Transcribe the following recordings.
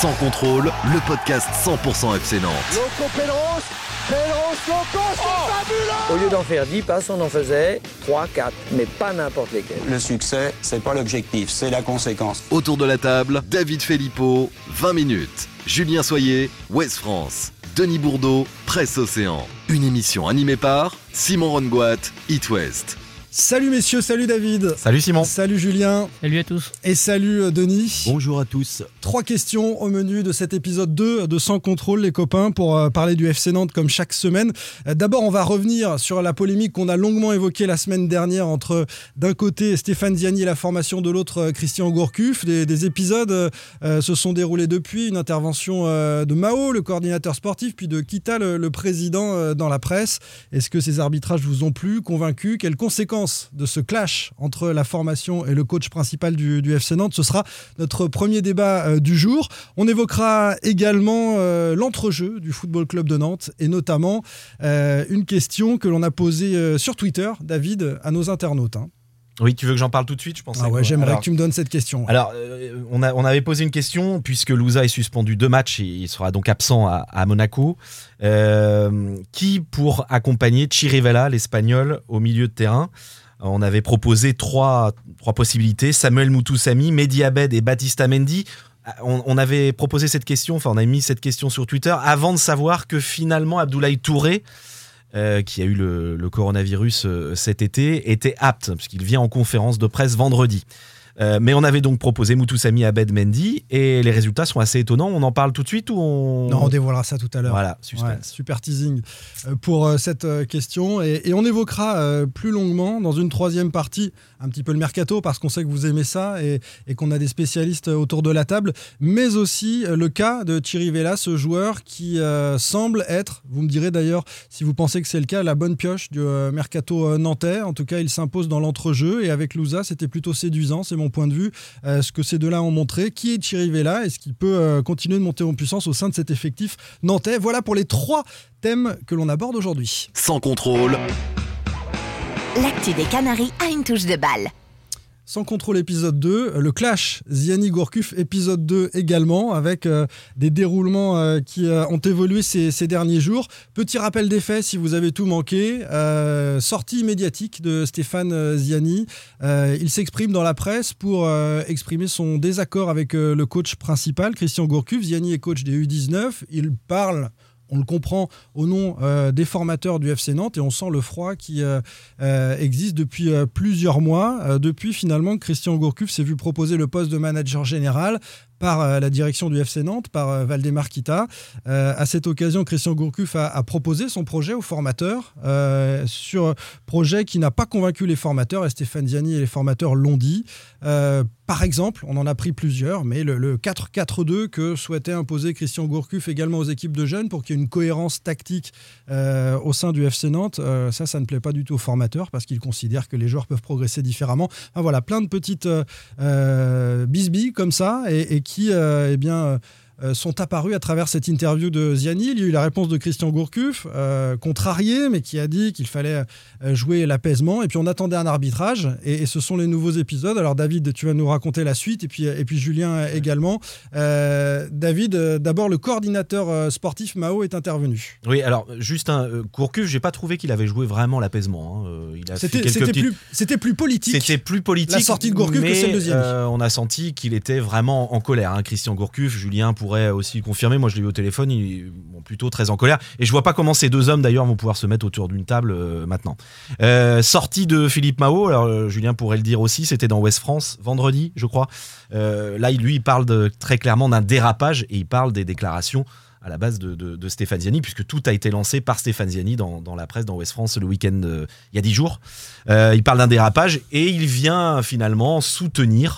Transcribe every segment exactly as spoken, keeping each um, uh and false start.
Sans contrôle, le podcast cent pour cent F C Nantes. Loco Pedros, Pedros, Loco, c'est oh fabuleux! Au lieu d'en faire dix passes, on en faisait trois, quatre, mais pas n'importe lesquels. Le succès, c'est pas l'objectif, c'est la conséquence. Autour de la table, David Filippo, vingt minutes. Julien Soyer, Ouest France. Denis Bourdeau, Presse Océan. Une émission animée par Simon Rongoat, It West. Salut messieurs, salut David. Salut Simon. Salut Julien. Salut à tous. Et salut Denis. Bonjour à tous. Trois questions au menu de cet épisode deux de Sans contrôle les copains pour euh, parler du F C Nantes comme chaque semaine. Euh, d'abord on va revenir sur la polémique qu'on a longuement évoquée la semaine dernière entre d'un côté Stéphane Ziani et la formation, de l'autre euh, Christian Gourcuff. Des, des épisodes euh, se sont déroulés depuis, une intervention euh, de Mao, le coordinateur sportif, puis de Kita, le, le président euh, dans la presse. Est-ce que ces arbitrages vous ont plu, convaincu? Quelles conséquences de ce clash entre la formation et le coach principal du, du F C Nantes? Ce sera notre premier débat euh, du jour. On évoquera également euh, l'entrejeu du Football Club de Nantes et notamment euh, une question que l'on a posée euh, sur Twitter, David, à nos internautes. Hein. Oui, tu veux que j'en parle tout de suite, je pensais. Ah ouais, que... j'aimerais alors, que tu me donnes cette question. Alors, euh, on, a, on avait posé une question, puisque Louza est suspendu deux matchs et il sera donc absent à, à Monaco. Euh, qui pour accompagner Chirivella, l'Espagnol, au milieu de terrain? On avait proposé trois, trois possibilités, Samuel Moutoussamy, Mehdi Abed et Baptista Mendy. On, on avait proposé cette question, enfin on a mis cette question sur Twitter avant de savoir que finalement Abdoulaye Touré, euh, qui a eu le, le coronavirus euh, cet été, était apte, puisqu'il vient en conférence de presse vendredi. Euh, mais on avait donc proposé Moutoussamy, Abed, Mendy, et les résultats sont assez étonnants. On en parle tout de suite ou on... Non, on dévoilera ça tout à l'heure. Voilà, suspense. Ouais, super teasing euh, pour euh, cette euh, question. Et, et on évoquera euh, plus longuement, dans une troisième partie, un petit peu le mercato, parce qu'on sait que vous aimez ça et, et qu'on a des spécialistes autour de la table, mais aussi euh, le cas de Chirivella, ce joueur qui euh, semble être, vous me direz d'ailleurs si vous pensez que c'est le cas, la bonne pioche du euh, mercato euh, nantais. En tout cas, il s'impose dans l'entrejeu et avec Louza, c'était plutôt séduisant, c'est mon point de vue, euh, ce que ces deux-là ont montré. Qui est Chirivella? Est-ce qu'il peut euh, continuer de monter en puissance au sein de cet effectif nantais? Voilà pour les trois thèmes que l'on aborde aujourd'hui. Sans contrôle. L'actu des Canaries a une touche de balle. Sans contrôle épisode deux, le clash Ziani-Gourcuff épisode deux également, avec euh, des déroulements euh, qui euh, ont évolué ces, ces derniers jours. Petit rappel des faits si vous avez tout manqué. Euh, sortie médiatique de Stéphane euh, Ziani. Euh, il s'exprime dans la presse pour euh, exprimer son désaccord avec euh, le coach principal, Christian Gourcuff. Ziani est coach des U dix-neuf. Il parle... On le comprend au nom euh, des formateurs du F C Nantes et on sent le froid qui euh, euh, existe depuis euh, plusieurs mois, euh, depuis finalement que Christian Gourcuff s'est vu proposer le poste de manager général par euh, la direction du F C Nantes, par euh, Valdemar Kita. Euh, à cette occasion, Christian Gourcuff a, a proposé son projet aux formateurs, euh, sur un projet qui n'a pas convaincu les formateurs, et Stéphane Ziani et les formateurs l'ont dit. Euh, par exemple, on en a pris plusieurs, mais le, le quatre quatre deux que souhaitait imposer Christian Gourcuff également aux équipes de jeunes pour qu'il y ait une cohérence tactique euh, au sein du F C Nantes, euh, ça, ça ne plaît pas du tout aux formateurs parce qu'ils considèrent que les joueurs peuvent progresser différemment. Enfin, voilà, plein de petites euh, euh, bisbilles comme ça et, et qui euh, eh bien, euh, sont apparus à travers cette interview de Ziani. Il y a eu la réponse de Christian Gourcuff, euh, contrarié, mais qui a dit qu'il fallait euh, jouer l'apaisement. Et puis on attendait un arbitrage, et, et ce sont les nouveaux épisodes. Alors David, tu vas nous raconter la suite, et puis, et puis Julien également. Euh, David, euh, d'abord le coordinateur euh, sportif Mao est intervenu. Oui, alors juste un euh, Gourcuff, j'ai pas trouvé qu'il avait joué vraiment l'apaisement. Hein. Euh, il a c'était, fait c'était, petites... plus, c'était plus politique. C'était plus politique. La sortie de Gourcuff mais, que celle de Ziani. Euh, on a senti qu'il était vraiment en colère. Hein. Christian Gourcuff, Julien pourrait aussi confirmer. Moi, je l'ai eu au téléphone. Il est bon, plutôt très en colère. Et je vois pas comment ces deux hommes d'ailleurs vont pouvoir se mettre autour d'une table euh, maintenant. Euh, sortie de Philippe Mao. Alors euh, Julien pourrait le dire aussi. C'était dans Ouest France vendredi, je crois. Euh, là, lui, il parle de, très clairement d'un dérapage et il parle des déclarations à la base de, de, de Stéphane Ziani, puisque tout a été lancé par Stéphane Ziani dans, dans la presse, dans Ouest France, le week-end, euh, il y a dix jours. Euh, il parle d'un dérapage et il vient finalement soutenir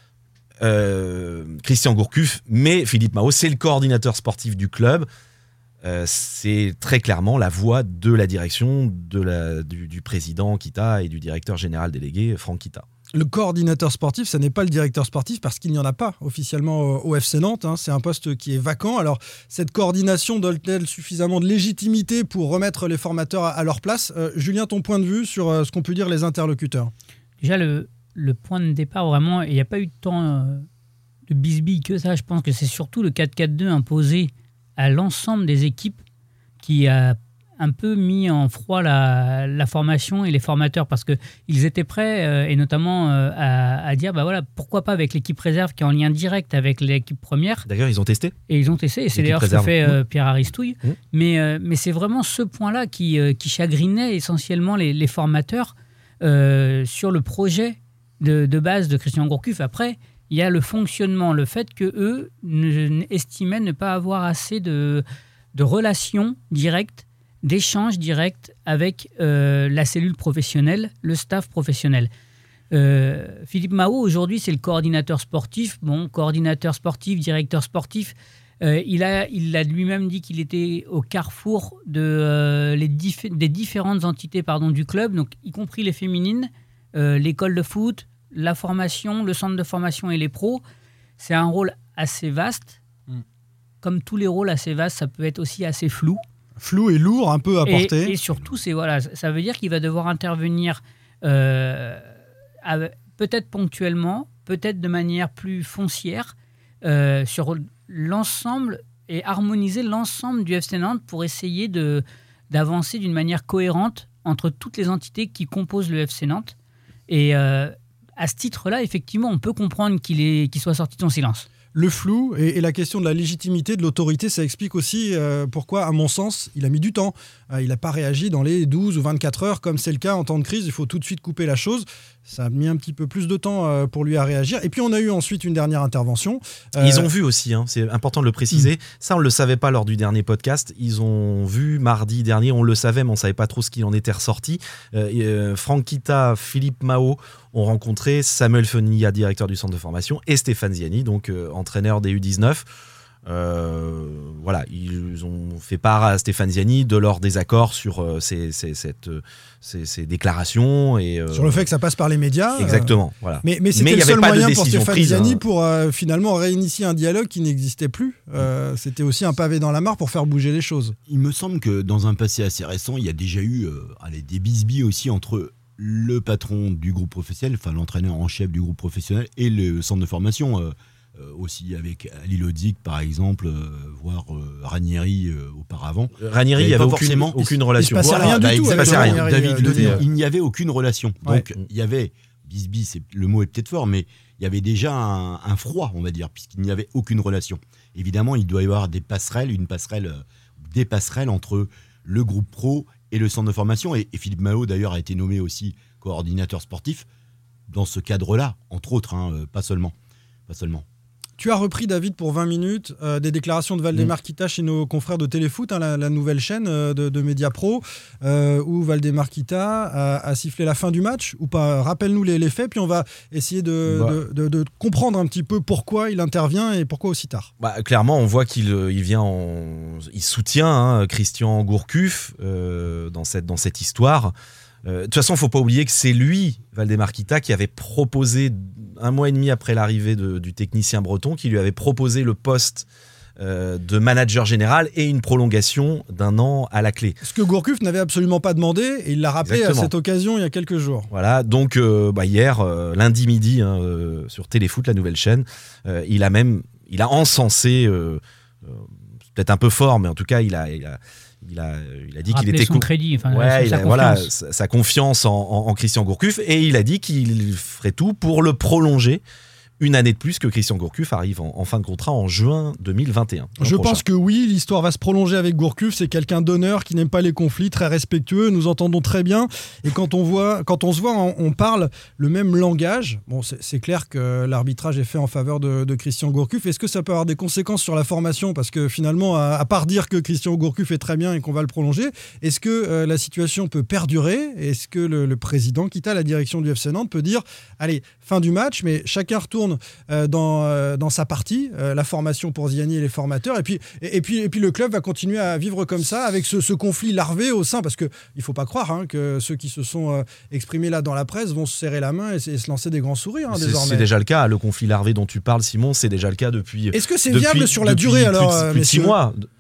euh, Christian Gourcuff, mais Philippe Mao, c'est le coordinateur sportif du club. Euh, c'est très clairement la voix de la direction, de la, du, du président Kita et du directeur général délégué, Franck Kita. Le coordinateur sportif, ça n'est pas le directeur sportif parce qu'il n'y en a pas officiellement au F C Nantes. Hein. C'est un poste qui est vacant. Alors, cette coordination donne-t-elle suffisamment de légitimité pour remettre les formateurs à leur place? euh, Julien, ton point de vue sur euh, ce qu'on peut dire les interlocuteurs? Déjà, le, le point de départ, vraiment, il n'y a pas eu de temps euh, de bisbilles que ça. Je pense que c'est surtout le quatre quatre deux imposé à l'ensemble des équipes qui a un peu mis en froid la, la formation et les formateurs, parce qu'ils étaient prêts, euh, et notamment euh, à, à dire, bah voilà, pourquoi pas avec l'équipe réserve qui est en lien direct avec l'équipe première. D'ailleurs, ils ont testé. Et ils ont testé, et c'est d'ailleurs ce que fait euh, Pierre Aristouille. Mmh. Mais, euh, mais c'est vraiment ce point-là qui, euh, qui chagrinait essentiellement les, les formateurs euh, sur le projet de, de base de Christian Gourcuff. Après, il y a le fonctionnement, le fait qu'eux estimaient ne pas avoir assez de, de relations directes, d'échanges directs avec euh, la cellule professionnelle, le staff professionnel. Euh, Philippe Mahot, aujourd'hui, c'est le coordinateur sportif. Bon, coordinateur sportif, directeur sportif. Euh, il a, il a lui-même dit qu'il était au carrefour de, euh, les dif- des différentes entités pardon, du club, donc y compris les féminines, euh, l'école de foot, la formation, le centre de formation et les pros. C'est un rôle assez vaste. Mm. Comme tous les rôles assez vastes, ça peut être aussi assez flou. Flou et lourd un peu à porter. Et, et surtout, c'est, voilà, ça veut dire qu'il va devoir intervenir euh, à, peut-être ponctuellement, peut-être de manière plus foncière, euh, sur l'ensemble et harmoniser l'ensemble du F C Nantes pour essayer de, d'avancer d'une manière cohérente entre toutes les entités qui composent le F C Nantes. Et euh, à ce titre-là, effectivement, on peut comprendre qu'il, est, qu'il soit sorti de son silence. Le flou et, et la question de la légitimité, de l'autorité, ça explique aussi euh, pourquoi, à mon sens, il a mis du temps. Euh, il n'a pas réagi dans les douze ou vingt-quatre heures, comme c'est le cas en temps de crise. Il faut tout de suite couper la chose. Ça a mis un petit peu plus de temps euh, pour lui à réagir. Et puis, on a eu ensuite une dernière intervention. Euh... Ils ont vu aussi, hein, c'est important de le préciser. Mmh. Ça, on ne le savait pas lors du dernier podcast. Ils ont vu mardi dernier, on le savait, mais on ne savait pas trop ce qu'il en était ressorti. Euh, euh, Franck Kita, Philippe Mahot ont rencontré Samuel Fenilla, directeur du centre de formation, et Stéphane Ziani, donc euh, entraîneur des U dix-neuf. Euh, voilà, ils ont fait part à Stéphane Ziani de leur désaccord sur euh, ces, ces, cette, euh, ces, ces déclarations. Et, euh, sur le fait que ça passe par les médias. Exactement. Euh, voilà. Mais, mais c'était mais le seul moyen pour Stéphane prise, Ziani hein. pour euh, finalement réinitier un dialogue qui n'existait plus. Euh, c'était aussi un pavé dans la mare pour faire bouger les choses. Il me semble que dans un passé assez récent, il y a déjà eu euh, allez, des bisbilles aussi entre le patron du groupe professionnel, enfin l'entraîneur en chef du groupe professionnel et le centre de formation, euh, euh, aussi avec Ali Lodzik par exemple, euh, voire euh, Ranieri euh, auparavant. Ranieri, il n'y avait aucune, aucune relation. Il ne se passait voilà, rien du tout. Avec rien. Ranieri, David euh, Denis, euh, il n'y avait aucune relation. Donc ouais. il y avait, bisbis, c'est, le mot est peut-être fort, mais il y avait déjà un, un froid, on va dire, puisqu'il n'y avait aucune relation. Évidemment, il doit y avoir des passerelles, une passerelle, euh, des passerelles entre le groupe pro et le centre de formation. Et, et Philippe Mahot, d'ailleurs, a été nommé aussi coordinateur sportif dans ce cadre-là, entre autres, hein, euh, pas seulement, pas seulement. Tu as repris, David, pour vingt minutes, euh, des déclarations de Valdemar Kita chez nos confrères de Téléfoot, hein, la, la nouvelle chaîne euh, de, de Mediapro, euh, où Valdemar Kita a, a sifflé la fin du match, ou pas. Rappelle-nous les, les faits, puis on va essayer de, bah. de, de, de comprendre un petit peu pourquoi il intervient et pourquoi aussi tard. Bah, clairement, on voit qu'il il vient en, il soutient hein, Christian Gourcuff euh, dans, cette, dans cette histoire. Euh, de toute façon, il ne faut pas oublier que c'est lui, Valdemar Kita, qui avait proposé, un mois et demi après l'arrivée de, du technicien breton, qui lui avait proposé le poste euh, de manager général et une prolongation d'un an à la clé. Ce que Gourcuff n'avait absolument pas demandé, et il l'a rappelé Exactement. à cette occasion il y a quelques jours. Voilà, donc euh, bah, hier, euh, lundi midi, hein, euh, sur Téléfoot, la nouvelle chaîne, euh, il a même il a encensé, euh, euh, peut-être un peu fort, mais en tout cas, il a... Il a Il a, il a dit Rappeler qu'il était son cou- crédit, enfin, ouais, sa, a, confiance. Voilà, sa, sa confiance en, en, en Christian Gourcuff, et il a dit qu'il ferait tout pour le prolonger une année de plus, que Christian Gourcuff arrive en, en fin de contrat en juin deux mille vingt et un. Je prochain. pense que oui, l'histoire va se prolonger avec Gourcuff. C'est quelqu'un d'honneur qui n'aime pas les conflits, très respectueux. Nous entendons très bien. Et quand on, voit, quand on se voit, on, on parle le même langage. Bon, c'est, c'est clair que l'arbitrage est fait en faveur de, de Christian Gourcuff. Est-ce que ça peut avoir des conséquences sur la formation ? Parce que finalement, à, à part dire que Christian Gourcuff est très bien et qu'on va le prolonger, est-ce que euh, la situation peut perdurer ? Est-ce que le, le président, quitte à la direction du F C Nantes, peut dire allez, fin du match, mais chacun retourne euh, dans dans sa partie, euh, la formation pour Ziani et les formateurs, et puis, et, et, puis, et puis le club va continuer à vivre comme ça, avec ce, ce conflit larvé au sein, parce qu'il ne faut pas croire hein, que ceux qui se sont euh, exprimés là dans la presse vont se serrer la main et, et se lancer des grands sourires hein, c'est, désormais. C'est déjà le cas, le conflit larvé dont tu parles, Simon, c'est déjà le cas depuis... Est-ce que c'est depuis, viable sur la durée alors, plus de, plus de six mois ?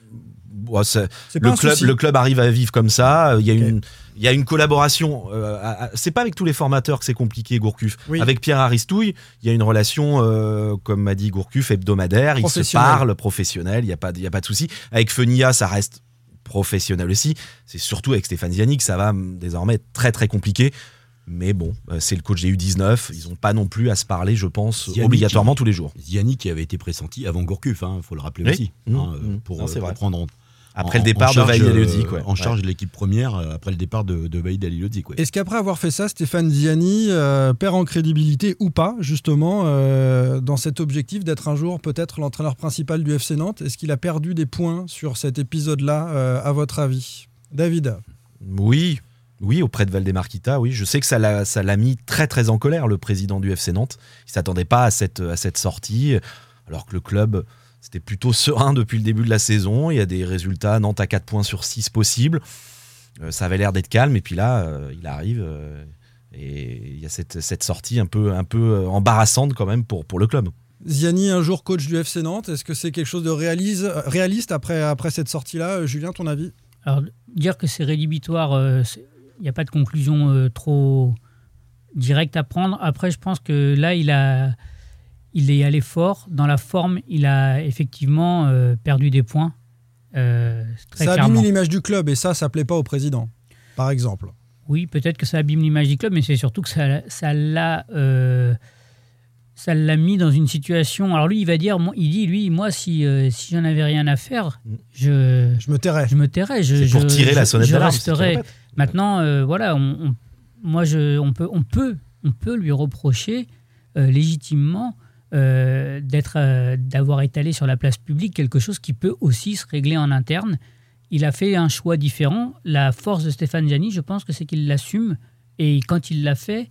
bon, c'est, le, club, le club arrive à vivre comme ça. Il y a okay. une, il y a une collaboration. Euh, à, à, c'est pas avec tous les formateurs que c'est compliqué, Gourcuff. Oui. Avec Pierre Aristouille, il y a une relation, euh, comme m'a dit Gourcuff, hebdomadaire. Ils se parlent, professionnels. Il n'y a pas, il y a pas de souci. Avec Fenilla, ça reste professionnel aussi. C'est surtout avec Stéphane Ziani que ça va désormais être très très compliqué. Mais bon, c'est le coach des U dix-neuf. Ils n'ont pas non plus à se parler, je pense, Ziani obligatoirement qui, tous les jours. Ziani qui avait été pressenti avant Gourcuff, il hein, faut le rappeler oui. aussi. Mmh, hein, mmh, pour, non, c'est pour vrai. prendre en, après en, le départ charge, de Vahid Halilhodžić. Ouais. En charge ouais. de l'équipe première, après le départ de, de Vahid Halilhodžić. Ouais. Est-ce qu'après avoir fait ça, Stéphane Ziani euh, perd en crédibilité ou pas, justement, euh, dans cet objectif d'être un jour peut-être l'entraîneur principal du F C Nantes ? Est-ce qu'il a perdu des points sur cet épisode-là, euh, à votre avis ? David ? Oui. Oui, auprès de Valdemar Kita, oui. Je sais que ça l'a, ça l'a mis très très en colère, le président du F C Nantes. Il ne s'attendait pas à cette, à cette sortie, alors que le club, c'était plutôt serein depuis le début de la saison. Il y a des résultats, Nantes à quatre points sur six possibles. Euh, ça avait l'air d'être calme, et puis là, euh, il arrive, euh, et il y a cette, cette sortie un peu, un peu embarrassante quand même pour, pour le club. Ziani, un jour coach du F C Nantes, est-ce que c'est quelque chose de réalise, réaliste après, après cette sortie-là ? Julien, ton avis ? Alors, dire que c'est rédhibitoire... Euh, c'est... Il n'y a pas de conclusion euh, trop directe à prendre. Après, je pense que là, il, a, il est allé fort. Dans la forme, il a effectivement euh, perdu des points. Euh, très ça clairement. abîme l'image du club et ça, ça ne plaît pas au président, par exemple. Oui, peut-être que ça abîme l'image du club, mais c'est surtout que ça, ça, l'a, euh, ça l'a mis dans une situation... Alors lui, il va dire, il dit, lui, moi, si, euh, si j'en avais rien à faire, je, je me tairais. Je me tairais. Je, c'est pour je, tirer je, la sonnette je d'alarme. resterais. Maintenant, euh, voilà, on, on, moi, je, on, peut, on, peut, on peut lui reprocher euh, légitimement euh, d'être, euh, d'avoir étalé sur la place publique quelque chose qui peut aussi se régler en interne. Il a fait un choix différent. La force de Stéphane Ziani, je pense que c'est qu'il l'assume. Et quand il l'a fait,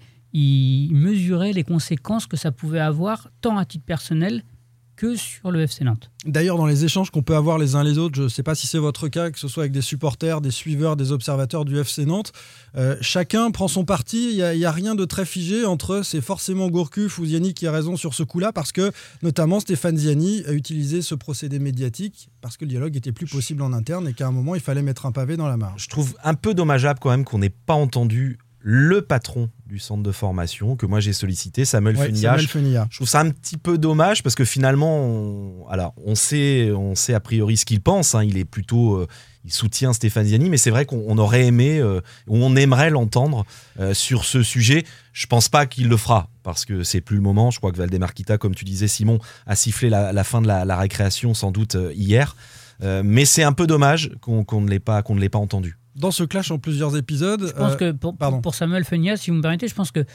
il mesurait les conséquences que ça pouvait avoir, tant à titre personnel que sur le F C Nantes. D'ailleurs, dans les échanges qu'on peut avoir les uns les autres, je ne sais pas si c'est votre cas, que ce soit avec des supporters, des suiveurs, des observateurs du F C Nantes, euh, chacun prend son parti. Il n'y a, a rien de très figé entre c'est forcément Gourcuff ou Ziani qui a raison sur ce coup-là, parce que notamment Stéphane Ziani a utilisé ce procédé médiatique parce que le dialogue était plus possible en interne et qu'à un moment, il fallait mettre un pavé dans la mare. Je trouve un peu dommageable quand même qu'on n'ait pas entendu le patron du centre de formation que moi j'ai sollicité, Samuel ouais, Fenilla. Samuel Fenilla. Je trouve ça un petit peu dommage parce que finalement, on, alors, on, sait, on sait a priori ce qu'il pense. Hein, il est plutôt, euh, il soutient Stéphane Ziani, mais c'est vrai qu'on on aurait aimé, euh, ou on aimerait l'entendre euh, sur ce sujet. Je pense pas qu'il le fera parce que c'est plus le moment. Je crois que Valdemar Kita, comme tu disais, Simon, a sifflé la, la fin de la, la récréation sans doute euh, hier. Euh, mais c'est un peu dommage qu'on, qu'on ne l'ait pas, qu'on ne l'ait pas entendu. Dans ce clash en plusieurs épisodes... Je pense euh, que pour, pour Samuel Fenilla, si vous me permettez, je pense que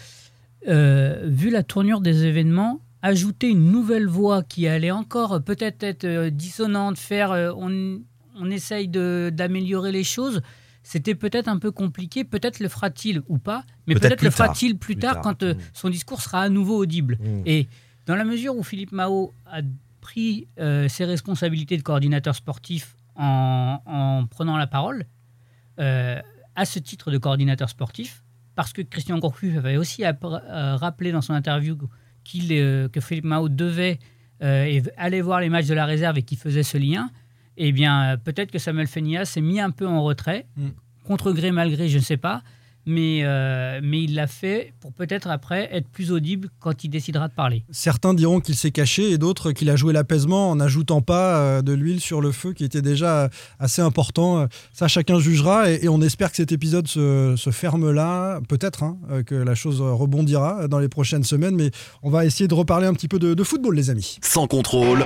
euh, vu la tournure des événements, ajouter une nouvelle voix qui allait encore peut-être être euh, dissonante, faire, euh, on, on essaye de, d'améliorer les choses, c'était peut-être un peu compliqué. Peut-être le fera-t-il ou pas, mais peut-être, peut-être le fera-t-il plus, plus tard, tard quand euh, mmh. son discours sera à nouveau audible. Mmh. Et dans la mesure où Philippe Mao a pris euh, ses responsabilités de coordinateur sportif en, en prenant la parole, Euh, à ce titre de coordinateur sportif, parce que Christian Gourcuff avait aussi app- euh, rappelé dans son interview qu'il, euh, que Philippe Mao devait euh, aller voir les matchs de la réserve et qu'il faisait ce lien, eh bien, peut-être que Samuel Fenilla s'est mis un peu en retrait, mm. contre gré, malgré, je ne sais pas, mais, euh, mais il l'a fait pour peut-être après être plus audible quand il décidera de parler. Certains diront qu'il s'est caché et d'autres qu'il a joué l'apaisement en n'ajoutant pas euh, de l'huile sur le feu qui était déjà assez important. Ça, chacun jugera et, et on espère que cet épisode se, se ferme là. Peut-être hein, que la chose rebondira dans les prochaines semaines, mais on va essayer de reparler un petit peu de, de football, les amis. Sans contrôle.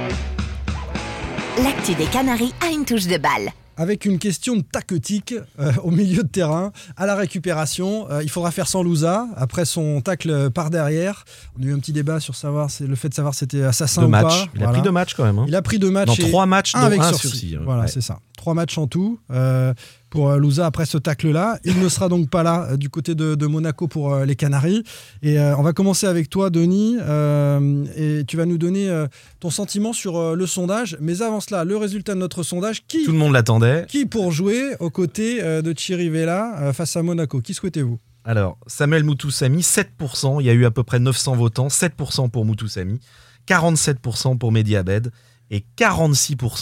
L'actu des Canaries a une touche de balle. Avec une question de tactique euh, au milieu de terrain, à la récupération. Euh, il faudra faire sans Louza, après son tacle par derrière. On a eu un petit débat sur savoir, c'est le fait de savoir si c'était assassin deux ou matchs. pas. Il voilà. a pris deux matchs quand même. Hein. Il a pris deux matchs. Dans trois matchs, un dont avec un sursis. sursis. Ouais. Voilà, ouais. c'est ça. Trois matchs en tout euh, pour Louza après ce tacle-là. Il ne sera donc pas là euh, du côté de, de Monaco pour euh, les Canaries. Et euh, on va commencer avec toi, Denis. Euh, et tu vas nous donner euh, ton sentiment sur euh, le sondage. Mais avant cela, le résultat de notre sondage. Qui, Tout le monde l'attendait. Qui pour jouer aux côtés euh, de Chirivella euh, face à Monaco? Qui souhaitez-vous? Alors, Samuel Moutoussamy, sept pour cent. Il y a eu à peu près neuf cents votants. sept pour cent pour Moutoussamy, quarante-sept pour cent pour Mehdi Abed et quarante-six pour cent,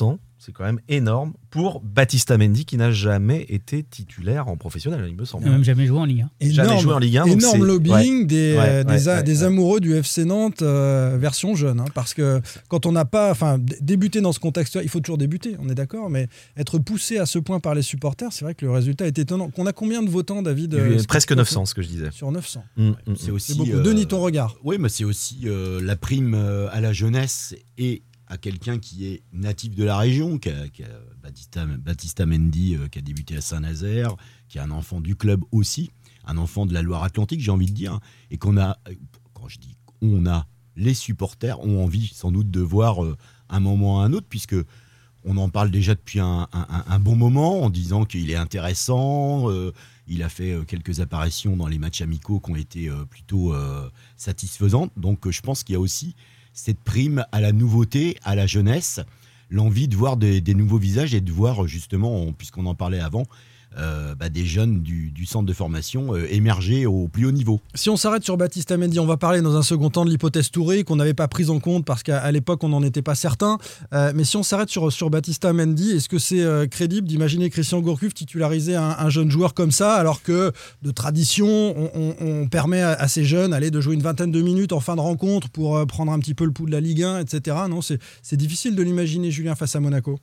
C'est quand même énorme pour Baptista Mendy qui n'a jamais été titulaire en professionnel, il me semble. Il n'a même jamais joué en Ligue un. Jamais Énorme, joué en Ligue un. énorme lobbying ouais. des, Ouais, euh, des, ouais, a, ouais, des ouais. amoureux du F C Nantes euh, version jeune. Hein, parce que quand on n'a pas. Enfin, d- débuter dans ce contexte-là, il faut toujours débuter, on est d'accord, mais être poussé à ce point par les supporters, c'est vrai que le résultat est étonnant. On a combien de votants, David Euh, euh, presque neuf cents, ce que je disais. Sur neuf cents. Mmh, mmh, C'est aussi. C'est beaucoup. euh, Denis, ton regard. Oui, mais c'est aussi euh, la prime euh, à la jeunesse et à quelqu'un qui est natif de la région, qui a, qui a Baptista, Baptista Mendy, euh, qui a débuté à Saint-Nazaire, qui est un enfant du club aussi, un enfant de la Loire-Atlantique, j'ai envie de dire, et qu'on a, quand je dis on a, les supporters ont envie sans doute de voir euh, un moment à un autre, puisque on en parle déjà depuis un, un, un bon moment, en disant qu'il est intéressant, euh, il a fait euh, quelques apparitions dans les matchs amicaux qui ont été euh, plutôt euh, satisfaisantes, donc euh, je pense qu'il y a aussi cette prime à la nouveauté, à la jeunesse, l'envie de voir des, des nouveaux visages et de voir justement, puisqu'on en parlait avant, euh, bah, des jeunes du, du centre de formation euh, émerger au plus haut niveau. Si on s'arrête sur Baptista Mendy, on va parler dans un second temps de l'hypothèse Touré qu'on n'avait pas prise en compte parce qu'à à l'époque on n'en était pas certain. Euh, mais si on s'arrête sur, sur Baptista Mendy, est-ce que c'est euh, crédible d'imaginer Christian Gourcuff titulariser un, un jeune joueur comme ça alors que de tradition on, on, on permet à, à ces jeunes allez, de jouer une vingtaine de minutes en fin de rencontre pour euh, prendre un petit peu le pouls de la Ligue un, et cetera. Non, c'est, c'est difficile de l'imaginer, Julien, face à Monaco.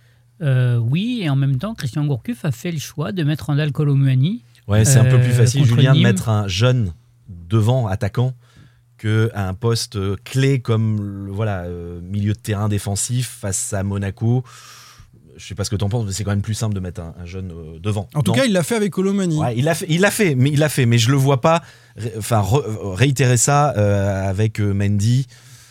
Euh, oui, et en même temps, Christian Gourcuff a fait le choix de mettre Randal Colomouani. Ouais, c'est un peu plus Euh, facile, contre Julien, de Nîmes. mettre un jeune devant attaquant qu'à un poste clé comme le, voilà, euh, milieu de terrain défensif face à Monaco. Je sais pas ce que tu en penses, mais c'est quand même plus simple de mettre un, un jeune euh, devant. En tout Non cas, il l'a fait avec Colomani. Ouais, il l'a fait, il l'a fait, mais il l'a fait, mais je le vois pas, ré- enfin re- réitérer ça euh, avec euh, Mendy.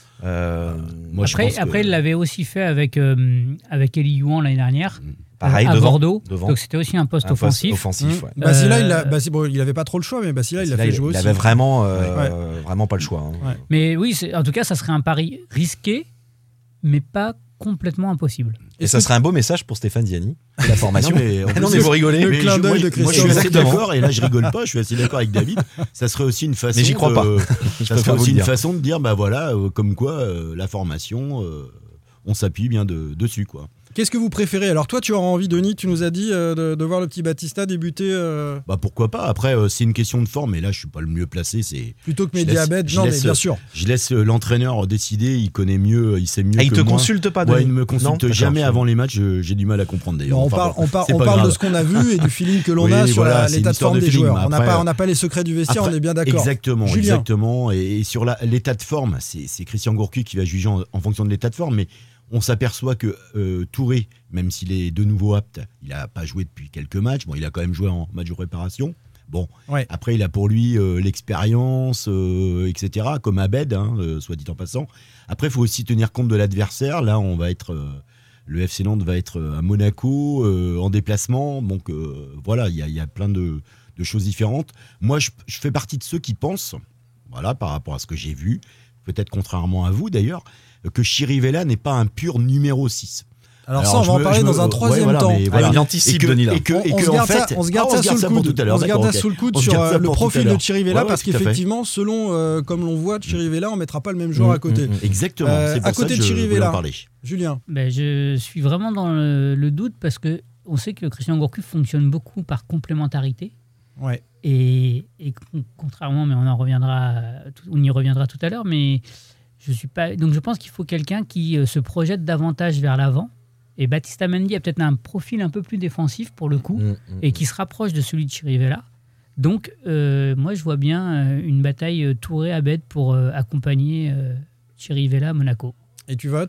Euh, Moi, je Après, pense que- après il l'avait aussi fait avec, euh, avec Elie Youan l'année dernière, pareil à devant, Bordeaux. devant. Donc c'était aussi un poste Un poste offensif. offensif, Mmh. ouais. Basila, Euh, il, a, Bassi- bon, il avait pas trop le choix, mais Basila, il l'a Là, fait il, jouer il aussi. avait vraiment, euh, Ouais. vraiment pas le choix. hein. Ouais. Mais oui, c'est- en tout cas, ça serait un pari risqué, mais pas complètement impossible. Et ça serait un beau message pour Stéphane Ziani, et la formation. Non, mais en Ah non, plus, mais vous rigolez. le Mais clin je- d'œil moi, de je- moi, je Christian. suis assez Exactement. d'accord, et là je rigole pas, je suis assez d'accord avec David. Ça serait aussi une façon. Mais j'y crois de- pas. Je ça préfère serait vous aussi le une dire. façon de dire, bah voilà, euh, comme quoi euh, la formation, euh, on s'appuie bien de- dessus, quoi. Qu'est-ce que vous préférez ? Alors toi, tu auras envie, Denis, tu nous as dit euh, de, de voir le petit Baptista débuter euh, Bah pourquoi pas. Après, euh, c'est une question de forme, et là je suis pas le mieux placé. C'est plutôt que Je Mehdi laisse- Abed. je Non, mais laisse- bien sûr. Je laisse euh, l'entraîneur décider. Il connaît mieux, il sait mieux. Ah, il que te moi. consulte pas, Ouais, Denis il ne me Non, consulte d'accord, jamais je- avant les matchs. je- J'ai du mal à comprendre d'ailleurs. Non, on Enfin, parle, bon, on par- c'est on pas parle de grave. ce qu'on a vu et du feeling que l'on Oui, a sur voilà, la- c'est une l'état de histoire forme de des feeling, joueurs. mais On n'a après, pas, euh, on n'a pas les secrets du vestiaire, Après, on est bien d'accord. Exactement, Julien. exactement. Et, et sur la- l'état de forme, c'est c'est Christian Gourcuff qui va juger en, en fonction de l'état de forme, mais on s'aperçoit que euh, Touré, même s'il est de nouveau apte, il n'a pas joué depuis quelques matchs. Bon, il a quand même joué en match de préparation. Bon, Ouais. après, il a pour lui euh, l'expérience, euh, et cetera, comme Abed, hein, euh, soit dit en passant. Après, il faut aussi tenir compte de l'adversaire. Là, on va être... euh, le F C Nantes va être à Monaco, euh, en déplacement. Donc, euh, voilà, il y, a- il y a plein de, de choses différentes. Moi, je, je fais partie de ceux qui pensent, voilà, par rapport à ce que j'ai vu, peut-être contrairement à vous d'ailleurs, que Chirivella n'est pas un pur numéro six. Alors, Alors, ça, on je va en me- parler je dans me- un ouais, troisième voilà, temps. mais voilà. Ah, il anticipe, Et que- Denis, là. Et que, On, et on que, se en garde fait, ça, on se garde ah, ça sous le pour coude. tout à l'heure, On se garde d'accord, ça ok. sous le coude On se sur garde euh, ça le pour tout à profil de l'heure. Chirivella Ouais, ouais, parce tout à fait. qu'effectivement, selon euh, comme l'on voit, Chirivella, on mettra pas le même joueur Mm, à côté. mm, mm. Exactement, Euh, c'est pour à côté ça de que je voulais Chirivella. en parler. Julien. Ben, je suis vraiment dans le, le doute parce que on sait que Christian Gourcuff fonctionne beaucoup par complémentarité. Ouais. Et, et con- contrairement, mais on en reviendra, on y reviendra tout à l'heure, mais je suis pas. Donc je pense qu'il faut quelqu'un qui euh, se projette davantage vers l'avant. Et Baptista Mendy a peut-être un profil un peu plus défensif pour le coup Mm, mm, et qui se rapproche de celui de Chirivella. Donc euh, moi je vois bien euh, une bataille euh, Touré-Abed pour euh, accompagner euh, Chirivella à Monaco. Et tu votes ?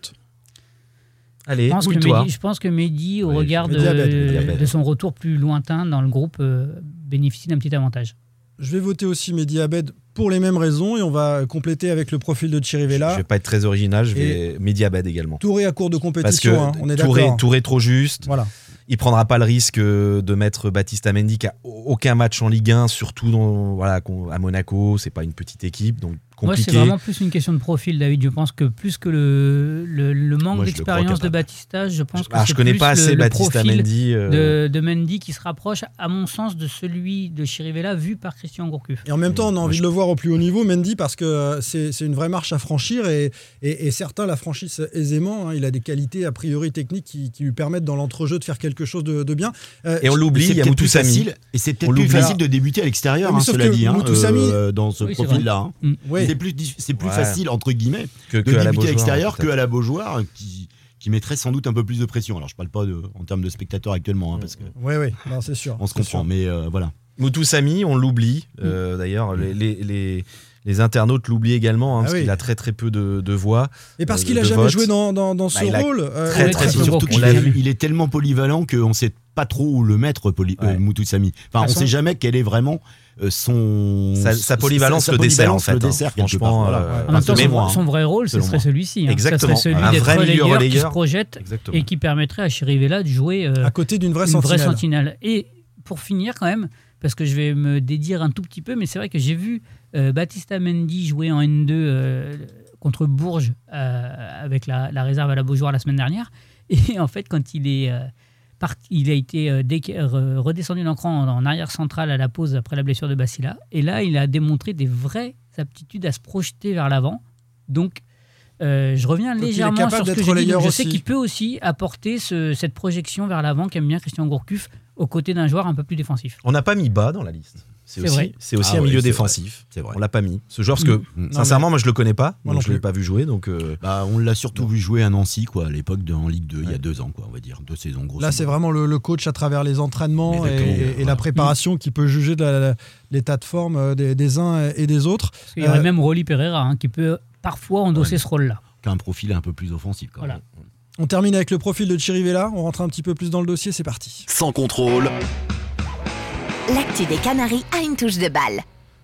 Allez, Je pense, que boule-toi. Mehdi, je pense que Mehdi, au Ouais, regard de, Mehdi Abed, Mehdi Abed. de son retour plus lointain dans le groupe, euh, bénéficie d'un petit avantage. Je vais voter aussi Mehdi Abed pour les mêmes raisons et on va compléter avec le profil de Je Chirivella. vais pas être très original, je vais Mehdi Abed également. Touré à court de Parce que compétition, hein, on est Touré, d'accord. Touré trop juste. Voilà. Il prendra pas le risque euh, de mettre Baptista Mendy qui a aucun match en Ligue un, surtout dans, voilà, qu'on- à Monaco, c'est pas une petite équipe, donc compliqué. Moi, c'est vraiment plus une question de profil, David. Je pense que plus que le, le, le manque Moi, d'expérience de Batista, je pense que ah, c'est je connais plus pas assez le, le Batista profil Mendy. Euh... de, de Mendy qui se rapproche, à mon sens, de celui de Chirivella vu par Christian Gourcuff. Et en même temps, on a envie je... de le voir au plus haut niveau, Mendy, parce que c'est, c'est une vraie marche à franchir et, et, et certains la franchissent aisément. Hein. Il a des qualités, a priori, techniques qui, qui lui permettent dans l'entrejeu de faire quelque chose de, de bien. Euh, et on l'oublie, il y a Moutoussamy. Et c'est peut-être plus facile de débuter à l'extérieur, hein, cela dit, hein, euh, dans ce oui, profil-là. Hein. Mmh. Oui. C'est plus, c'est plus ouais. facile, entre guillemets, que, de que à débuter à l'extérieur que à la Beaujoire, qui, qui mettrait sans doute un peu plus de pression. Alors, je parle pas de, en termes de spectateurs actuellement, hein, parce que oui, oui, non, c'est sûr. On se comprend, sûr. mais euh, voilà. Moutoussamy, on l'oublie. Euh, mmh. D'ailleurs, les, les, les, les internautes l'oublient également, hein, ah parce oui. qu'il a très très peu de, de voix. Et parce euh, qu'il a jamais vote. joué dans, dans, dans ce bah, rôle. Euh, très très, très surtout qu'il est, il est tellement polyvalent qu'on ne sait pas trop où le mettre, Poly, ouais. euh, Moutoussamy. Enfin, on ne sait jamais quel est vraiment euh, son sa, sa polyvalence, sa, sa le dessert en fait. Le dessert, hein, franchement, voilà. euh, en même temps, son, son vrai rôle, ce serait moi. celui-ci. Hein. Exactement. Ce serait celui un d'être vrai relayeur, relayeur qui se projette Exactement. et qui permettrait à Chirivella de jouer euh, à côté d'une vraie une sentinelle. vraie sentinelle. Et pour finir, quand même, parce que je vais me dédire un tout petit peu, mais c'est vrai que j'ai vu euh, Batista Mendy jouer en N deux euh, contre Bourges euh, avec la, la réserve à la Beaujoire la semaine dernière. Et en fait, quand il est euh, parti, il a été euh, dé- euh, redescendu d'un cran en, en arrière central à la pause après la blessure de Bacilla. Et là, il a démontré des vraies aptitudes à se projeter vers l'avant. Donc, euh, je reviens donc légèrement sur ce que j'ai dit. Donc, je sais qu'il peut aussi apporter ce, cette projection vers l'avant qu'aime bien Christian Gourcuff aux côtés d'un joueur un peu plus défensif. On n'a pas mis Bas dans la liste. C'est, c'est aussi, vrai. c'est aussi ah un ouais, milieu c'est défensif. Vrai. C'est vrai. On l'a pas mis. Ce joueur, parce que mmh. sincèrement, moi je le connais pas. Moi donc non je l'ai pas vu jouer. Donc euh... bah, on l'a surtout vu jouer à Nancy, quoi, à l'époque de, en Ligue deux, ouais. il y a deux ans, quoi, on va dire, deux saisons. Grosso Là, c'est vraiment le, le coach à travers les entraînements et, et, et voilà. la préparation mmh. qui peut juger de la, la, l'état de forme des, des uns et des autres. Parce qu'il y aurait euh... même Rolly Pereira hein, qui peut parfois endosser ouais. ce rôle-là. Qui a un profil un peu plus offensif, quand voilà. même. On termine avec le profil de Chirivella. On rentre un petit peu plus dans le dossier. C'est parti. Sans contrôle. L'actu des Canaries a une touche de balle.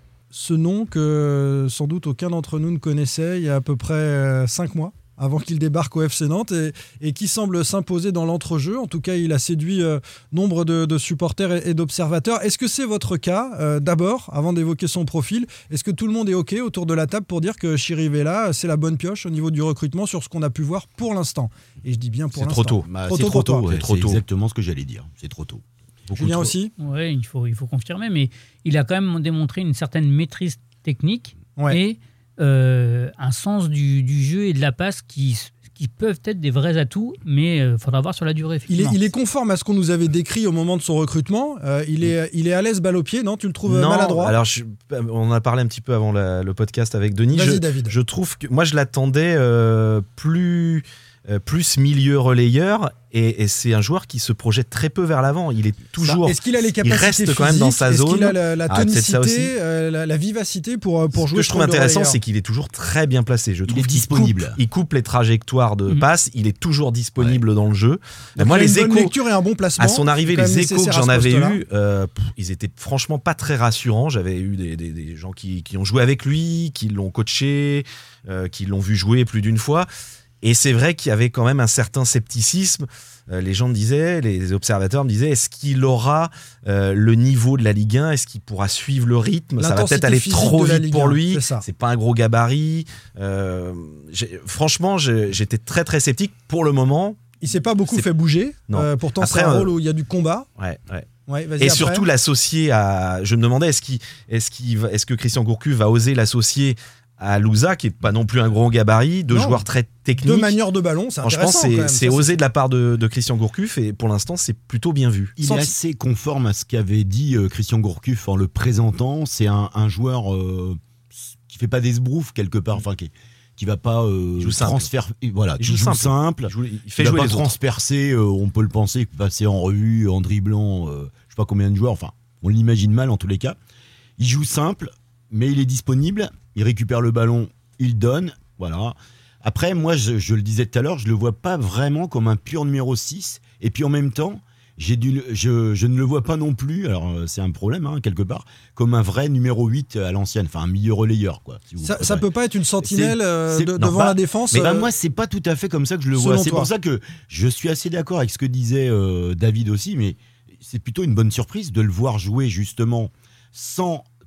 Ce nom que sans doute aucun d'entre nous ne connaissait il y a à peu près cinq mois avant qu'il débarque au F C Nantes et, et qui semble s'imposer dans l'entrejeu. En tout cas, il a séduit euh, nombre de, de supporters et, et d'observateurs. Est-ce que c'est votre cas euh, d'abord, avant d'évoquer son profil? Est-ce que tout le monde est OK autour de la table pour dire que Chirivella, c'est la bonne pioche au niveau du recrutement sur ce qu'on a pu voir pour l'instant? Et je dis bien pour c'est l'instant. Trop tôt. Bah, trop c'est tôt. Trop tôt. Ouais, c'est trop tôt. C'est exactement ce que j'allais dire. C'est trop tôt. Beaucoup Julien trop. Aussi Oui, il faut, il faut confirmer, mais il a quand même démontré une certaine maîtrise technique ouais. et euh, un sens du, du jeu et de la passe qui, qui peuvent être des vrais atouts, mais il euh, faudra voir sur la durée. Il est, il est conforme à ce qu'on nous avait décrit au moment de son recrutement. Euh, il, est, il est à l'aise balle au pied, non? Tu le trouves non, maladroit? Alors, je, on a parlé un petit peu avant la, le podcast avec Denis. Vas-y, je, David. Je trouve que moi, je l'attendais euh, plus... Euh, plus milieu relayeur et, et c'est un joueur qui se projette très peu vers l'avant. Il est toujours. Ça, est-ce qu'il a les capacités il reste physiques, quand même dans sa est-ce zone. Qu'il a la, la tonicité, ah, ça euh, la, la vivacité pour pour ce jouer. Ce que je trouve intéressant, c'est qu'il est toujours très bien placé. Je il trouve est qu'il disponible. Coupe, il coupe les trajectoires de mmh. passe. Il est toujours disponible ouais. dans le jeu. Donc moi, il a les une échos. Bonne lecture et un bon placement. À son arrivée, les échos que j'en avais eu, euh, ils étaient franchement pas très rassurants. J'avais eu des, des, des gens qui, qui ont joué avec lui, qui l'ont coaché, euh, qui l'ont vu jouer plus d'une fois. Et c'est vrai qu'il y avait quand même un certain scepticisme. Euh, les gens me disaient, les observateurs me disaient, est-ce qu'il aura euh, le niveau de la Ligue un? Est-ce qu'il pourra suivre le rythme? Ça va peut-être aller trop vite pour lui. C'est, c'est pas un gros gabarit. Euh, j'ai, franchement, j'ai, j'étais très très sceptique pour le moment. Il s'est pas beaucoup c'est... fait bouger. Euh, pourtant, après, c'est un euh... rôle où il y a du combat. Ouais, ouais. Ouais, et après. Surtout l'associer à. Je me demandais, est-ce, qu'il, est-ce, qu'il va, est-ce que Christian Gourcuff va oser l'associer à Louza, qui n'est pas non plus un gros gabarit, deux non, joueurs très techniques. Deux manières de ballon, c'est Franchement, intéressant. C'est, quand même. c'est ça, osé c'est... de la part de, de Christian Gourcuff, et pour l'instant, c'est plutôt bien vu. Il Senti... est assez conforme à ce qu'avait dit euh, Christian Gourcuff en le présentant. C'est un, un joueur euh, qui fait pas d'esbrouf quelque part, enfin qui, qui va pas euh, transférer. Voilà, il joue, joue simple. simple. Il, joue, il fait il jouer va les pas transpercer. Euh, on peut le penser, passer en revue, en dribblant. Euh, je sais pas combien de joueurs. Enfin, on l'imagine mal en tous les cas. Il joue simple, mais il est disponible. Il récupère le ballon. Il donne, voilà. Après, moi, je, je le disais tout à l'heure, je ne le vois pas vraiment comme un pur numéro six. Et puis en même temps, j'ai dû, je, je ne le vois pas non plus, alors c'est un problème, hein, quelque part, comme un vrai numéro huit à l'ancienne, enfin un milieu relayeur. Quoi, si vous ça ne peut pas être une sentinelle c'est, c'est, de, non, devant bah, la défense Mais euh... bah, moi, ce n'est pas tout à fait comme ça que je le vois. C'est toi. Pour ça que je suis assez d'accord avec ce que disait euh, David aussi, mais c'est plutôt une bonne surprise de le voir jouer justement sans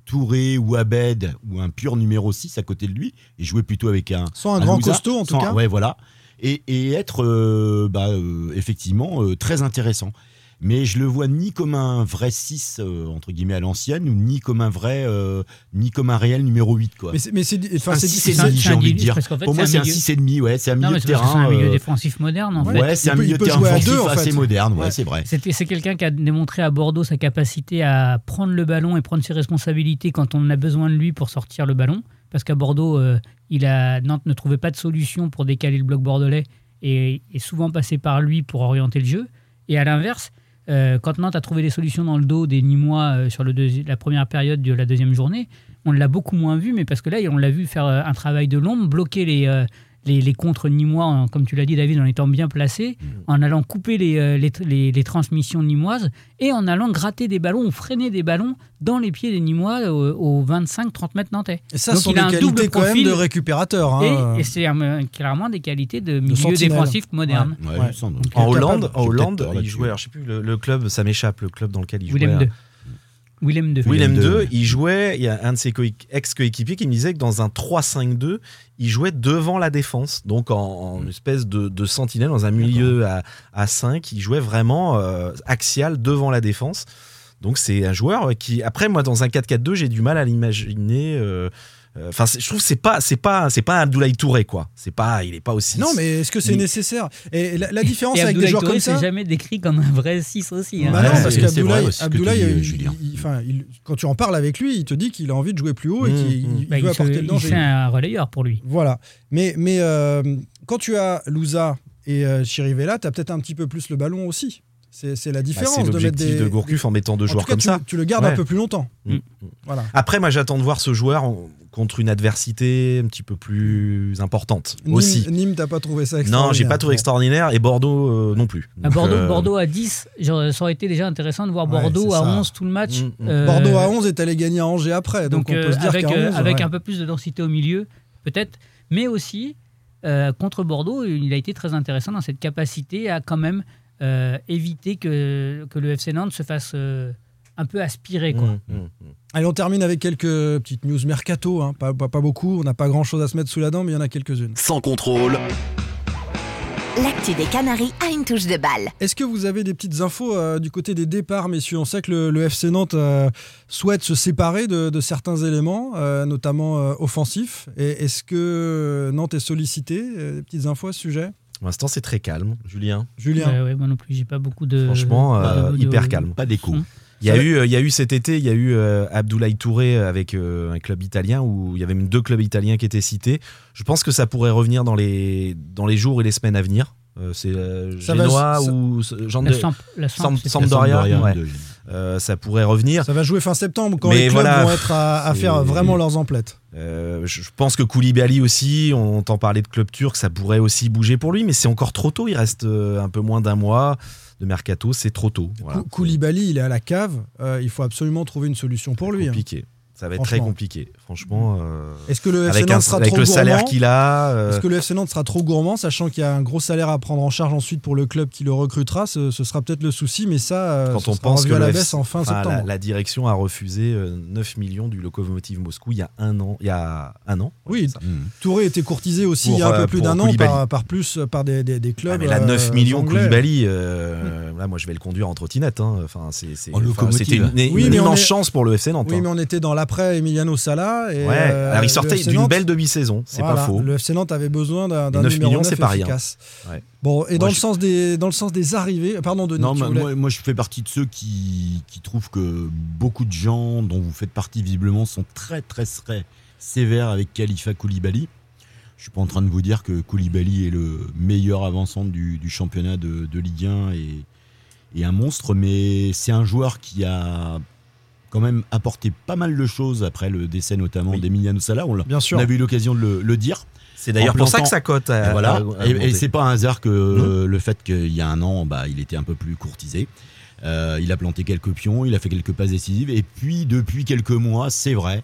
Touré ou Abed ou un pur numéro six à côté de lui et jouer plutôt avec un sans un, un grand Louza, costaud en tout sans, cas. Ouais, voilà. Et, et être euh, bah, euh, effectivement euh, très intéressant. Mais je le vois ni comme un vrai six euh, entre guillemets à l'ancienne ou ni comme un vrai euh, ni comme un réel numéro huit quoi. Mais c'est mais c'est enfin c'est six et demi, j'ai envie de dire. En fait, pour moi c'est un six et demi, ouais, c'est un milieu non, de terrain. C'est un milieu euh... défensif moderne en ouais, fait. Ouais, c'est il un peut, milieu de terrain offensif deux, en fait. assez moderne, ouais, ouais c'est vrai. C'est, c'est quelqu'un qui a démontré à Bordeaux sa capacité à prendre le ballon et prendre ses responsabilités quand on a besoin de lui pour sortir le ballon, parce qu'à Bordeaux euh, il a Nantes ne trouvait pas de solution pour décaler le bloc bordelais et est souvent passé par lui pour orienter le jeu, et à l'inverse Euh, quand Nantes a trouvé des solutions dans le dos des Nîmois euh, sur le deuxi- la première période de la deuxième journée, on l'a beaucoup moins vu, mais parce que là, on l'a vu faire euh, un travail de l'ombre, bloquer les, euh, les, les contres Nîmois, en, comme tu l'as dit David, en étant bien placé, mmh. en allant couper les, euh, les, les, les transmissions nîmoises et en allant gratter des ballons ou freiner des ballons dans les pieds des Nîmois euh, aux vingt-cinq trente mètres nantais. Et ça, ce sont des qualités quand même de récupérateur. Hein. Et, et c'est euh, clairement des qualités de milieu de défensif moderne. Ouais, ouais, ouais. Donc, en Hollande, en Hollande il jouait, alors, je sais plus, le, le club, ça m'échappe, le club dans lequel il jouait. Willem deux. Willem deux. Willem deux, il jouait, il y a un de ses ex-coéquipiers qui me disait que dans un trois cinq deux, il jouait devant la défense, donc en, en espèce de, de sentinelle, dans un milieu à, à cinq, il jouait vraiment euh, axial devant la défense. Donc c'est un joueur qui, après moi dans un quatre quatre deux, j'ai du mal à l'imaginer. Euh, Enfin, je trouve que c'est pas, c'est pas, c'est pas Abdoulaye Touré quoi. C'est pas, il est pas aussi. Non, mais est-ce que c'est il... nécessaire ? Et la, la différence et avec Abdoulaye des joueurs Touré, comme ça, c'est jamais décrit comme un vrai six aussi. Hein. Bah non, ouais, parce c'est, qu'Abdoulaye, c'est Abdoulaye, dis, il, il, enfin, il, quand tu en parles avec lui, il te dit qu'il a envie de jouer plus haut et mmh, qu'il mmh. il bah, veut il apporter se, le danger. C'est un relayeur pour lui. Voilà. Mais, mais euh, quand tu as Louza et euh, Chirivella, tu as peut-être un petit peu plus le ballon aussi. C'est, c'est la différence bah, c'est de mettre des. de Gourcuff en mettant deux en joueurs cas, comme tu, ça. Tu le gardes ouais. un peu plus longtemps. Mmh. Voilà. Après, moi, j'attends de voir ce joueur en, contre une adversité un petit peu plus importante Nîmes, aussi. Nîmes, t'as pas trouvé ça extraordinaire ? Non, j'ai pas trouvé bon. extraordinaire et Bordeaux euh, non plus. À Bordeaux, euh... Bordeaux à dix, genre, ça aurait été déjà intéressant de voir ouais, Bordeaux à onze tout le match. Mmh, mmh. Euh... Bordeaux à onze est allé gagner à Angers après, donc, donc on peut se dire avec, qu'à onze, avec ouais. un peu plus de densité au milieu, peut-être, mais aussi euh, contre Bordeaux, il a été très intéressant dans cette capacité à quand même Euh, éviter que, que le F C Nantes se fasse euh, un peu aspirer. Quoi. Mmh, mmh. Allez, on termine avec quelques petites news mercato. Hein. Pas, pas, pas beaucoup, on n'a pas grand-chose à se mettre sous la dent, mais il y en a quelques-unes. Sans contrôle. L'actu des Canaries a une touche de balle. Est-ce que vous avez des petites infos euh, du côté des départs, messieurs ? On sait que le, le F C Nantes euh, souhaite se séparer de, de certains éléments, euh, notamment euh, offensifs. Et est-ce que Nantes est sollicité ? euh, Des petites infos à ce sujet ? Pour l'instant, c'est très calme, Julien. Julien. Ouais, ouais, moi non plus, j'ai pas beaucoup de. Franchement, euh, de, hyper de, calme. Pas d'écho. Il y a eu, il y a eu cet été, il y a eu euh, Abdoulaye Touré avec euh, un club italien où il y avait même deux clubs italiens qui étaient cités. Je pense que ça pourrait revenir dans les dans les jours et les semaines à venir. Euh, c'est euh, Genoa va, ou Jean de la Sampdoria. Ouais. Euh, ça pourrait revenir. Ça va jouer fin septembre quand mais les clubs voilà, vont être à, à faire vraiment leurs emplettes. Euh, je pense que Koulibaly aussi, on entend parler de club turc, ça pourrait aussi bouger pour lui, mais c'est encore trop tôt. Il reste un peu moins d'un mois de mercato, c'est trop tôt. Voilà. Koulibaly, il est à la cave. Euh, il faut absolument trouver une solution pour lui. Compliqué. Hein. Ça va être très compliqué, franchement. Euh, Est-ce que le F C avec Nantes un, sera avec trop le gourmand salaire qu'il a euh... Est-ce que le F C Nantes sera trop gourmand, sachant qu'il y a un gros salaire à prendre en charge ensuite pour le club qui le recrutera ? Ce, ce sera peut-être le souci, mais ça, quand ce on sera pense que à la F C... baisse en fin enfin, septembre. La, la direction a refusé neuf millions du Lokomotiv Moscou il y a un an. Il y a un an. Oui, ça. Touré était courtisé aussi pour, il y a un peu euh, plus d'un Koulibaly. an par, par plus par des, des, des clubs. Ah, mais là, neuf euh, millions anglais. Koulibaly, euh, mmh. là, moi, je vais le conduire en trottinette. Hein. Enfin, c'est, c'est, enfin, c'était une, une, oui, une immense est... chance pour le F C Nantes. Oui, hein. mais on était dans l'après Emiliano Sala. Et, ouais, euh, alors il sortait d'une Nantes, belle demi-saison, c'est voilà, pas faux. Le F C Nantes avait besoin d'un, d'un neuf numéro millions, neuf c'est pas efficace. Rien. Ouais. Bon, et moi, dans, je... le sens des, dans le sens des arrivées, pardon Denis. Non, tu moi, voulais... moi, moi je fais partie de ceux qui, qui trouvent que beaucoup de gens, dont vous faites partie visiblement, sont très très très sévères avec Khalifa Koulibaly. Je suis pas en train de vous dire que Koulibaly est le meilleur avançant du, du championnat de, de Ligue un et, et un monstre, mais c'est un joueur qui a quand même apporté pas mal de choses après le décès notamment oui. d'Emiliano Sala. On, Bien sûr. on avait eu l'occasion de le, le dire. C'est d'ailleurs pour ça que ça cote. À, et voilà. À, à et, et c'est pas un hasard que mmh. le fait qu'il y a un an, bah, il était un peu plus courtisé. Euh, il a planté quelques pions, il a fait quelques passes décisives. Et puis, depuis quelques mois, c'est vrai,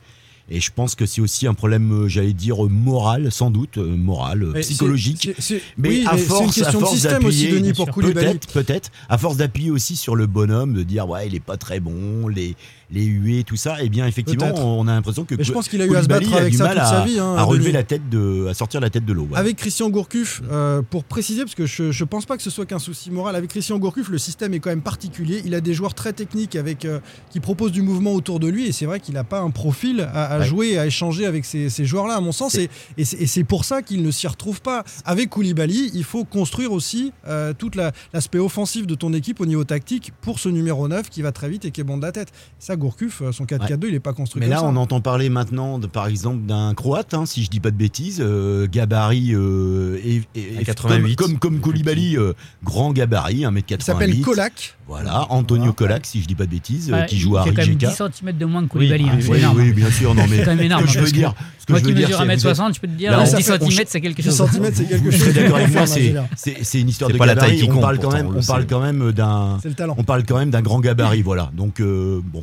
Et je pense que c'est aussi un problème, j'allais dire, moral, sans doute, moral, mais psychologique. c'est, c'est, mais oui, à mais force, c'est une question à force de système d'appuyer, aussi, Denis, pour Koulibaly. Peut-être, peut-être. À force d'appuyer aussi sur le bonhomme, de dire, ouais, il est pas très bon, les, les huées, tout ça, eh bien, effectivement, peut-être. on a l'impression que. Mais je pense qu'il a eu Koulibaly à se battre avec ça toute à, sa vie. Hein, à relever Denis. la tête de, à sortir la tête de l'eau. Ouais. Avec Christian Gourcuff, euh, pour préciser, parce que je, je pense pas que ce soit qu'un souci moral, avec Christian Gourcuff, le système est quand même particulier. Il a des joueurs très techniques avec, euh, qui proposent du mouvement autour de lui, et c'est vrai qu'il n'a pas un profil à, à ouais. jouer, à échanger avec ces, ces joueurs-là, à mon sens, et, et, c'est, et c'est pour ça qu'il ne s'y retrouve pas. Avec Koulibaly, il faut construire aussi euh, tout la, l'aspect offensif de ton équipe au niveau tactique pour ce numéro neuf qui va très vite et qui est bon de la tête. Ça, Gourcuff, son quatre quatre deux, ouais. il n'est pas construit. Mais comme là, ça. on entend parler maintenant, de, par exemple, d'un Croate, hein, si je dis pas de bêtises, euh, gabarit euh, et, et quatre-vingt-huit. Comme, comme, comme Koulibaly, euh, grand gabarit, un mètre quatre-vingt-huit. Il s'appelle Kolak. Voilà, Antonio voilà. Kolak, si je dis pas de bêtises, ouais, euh, qui joue à Rijeka. Il fait quand même dix centimètres de moins que Koulibaly. Oui, hein, oui, c'est oui, énorme. oui, bien sûr. Non, mais c'est quand même énorme. Ce que je veux dire, ce que moi je qui veux dire, mesure un mètre soixante, je peux te dire, non, dix centimètres, c'est quelque chose. dix centimètres, c'est quelque chose. Je serais d'accord avec moi, c'est, c'est, c'est une histoire c'est de pas gabarit. La taille qui on compte, parle quand pourtant, même, on parle quand même d'un, c'est le talent. On parle quand même d'un grand gabarit, voilà. Donc euh, bon.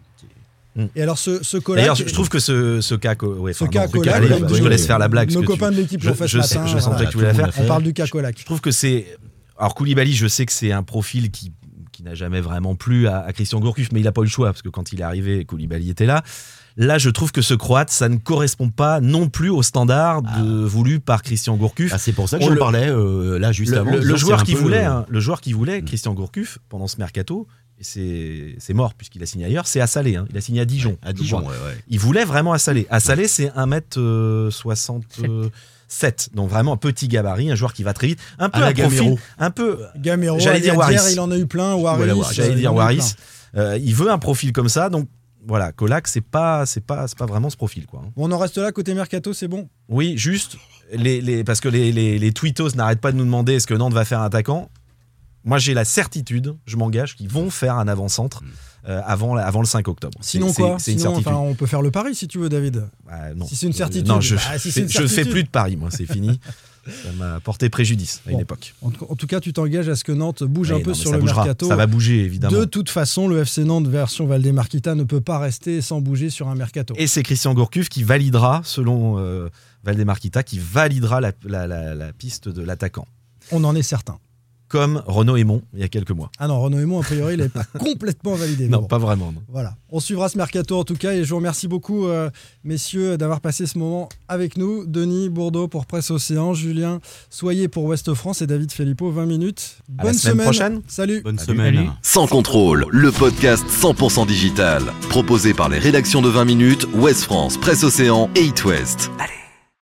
Et alors ce, ce Kolak, d'ailleurs, je trouve que ce, ce cas, ouais, ce enfin, cas non, Kolak, allez, donc, je te laisse faire la blague. Nos que copains tu, de l'équipe l'ont fait ce je, matin. Je, je sentais voilà, que tu voulais la faire. On parle du cas Kolak. Je trouve que c'est, alors Koulibaly, je sais que c'est un profil qui qui n'a jamais vraiment plu à, à Christian Gourcuff, mais il n'a pas eu le choix parce que quand il est arrivé, Koulibaly était là. Là, je trouve que ce Croate, ça ne correspond pas non plus aux standards ah. de, voulus par Christian Gourcuff. Ah, c'est pour ça que j'en parlais euh, là juste le, avant. Le, le, joueur qui peu, voulait, euh... hein, le joueur qui voulait, Christian Gourcuff, pendant ce mercato, et c'est, c'est mort puisqu'il a signé ailleurs, c'est à Salé. Hein. Il a signé à Dijon. Ouais, à Dijon, ouais, ouais. Il voulait vraiment à Salé. À Salé, c'est un mètre soixante-sept. Donc vraiment un petit gabarit, un joueur qui va très vite. Un peu un profil, un peu. Gamero, j'allais dire Waris. Il en a eu plein. Waris. Voilà, ouais, j'allais dire Waris. Euh, il veut un profil comme ça, donc. Voilà, Kolak, c'est pas, c'est pas, c'est pas vraiment ce profil, quoi. Bon, on en reste là, côté mercato, c'est bon. Oui, juste, les, les, parce que les, les, les tweetos n'arrêtent pas de nous demander est-ce que Nantes va faire un attaquant. Moi, j'ai la certitude, je m'engage, qu'ils vont faire un avant-centre euh, avant, avant le cinq octobre. Sinon c'est, quoi c'est, c'est Sinon, une certitude. Enfin, on peut faire le pari si tu veux, David. Bah, non. Si c'est une certitude. Euh, non, je, bah, si c'est une je fais plus de paris, moi, c'est fini. Ça m'a porté préjudice à bon. une époque. En, en tout cas, tu t'engages à ce que Nantes bouge oui, un peu non, sur le bougera. mercato. Ça va bouger, évidemment. De toute façon, le F C Nantes version Valdemarquita ne peut pas rester sans bouger sur un mercato. Et c'est Christian Gourcuff qui validera, selon euh, Valdemarquita, qui validera la, la, la, la piste de l'attaquant. On en est certain. Comme Renaud Aymon il y a quelques mois. Ah non, Renaud Aymon, a priori, il n'est pas complètement validé. Non, bon. pas vraiment. Non. Voilà. On suivra ce mercato en tout cas et je vous remercie beaucoup, euh, messieurs, d'avoir passé ce moment avec nous. Denis Bourdeau pour Presse Océan, Julien Soyer pour Ouest France et David Filippo, vingt minutes. À Bonne la semaine, semaine. prochaine. Salut. Bonne Salut. semaine. Salut. Sans contrôle, le podcast cent pour cent digital. Proposé par les rédactions de vingt minutes, Ouest France, Presse Océan et It West. Allez.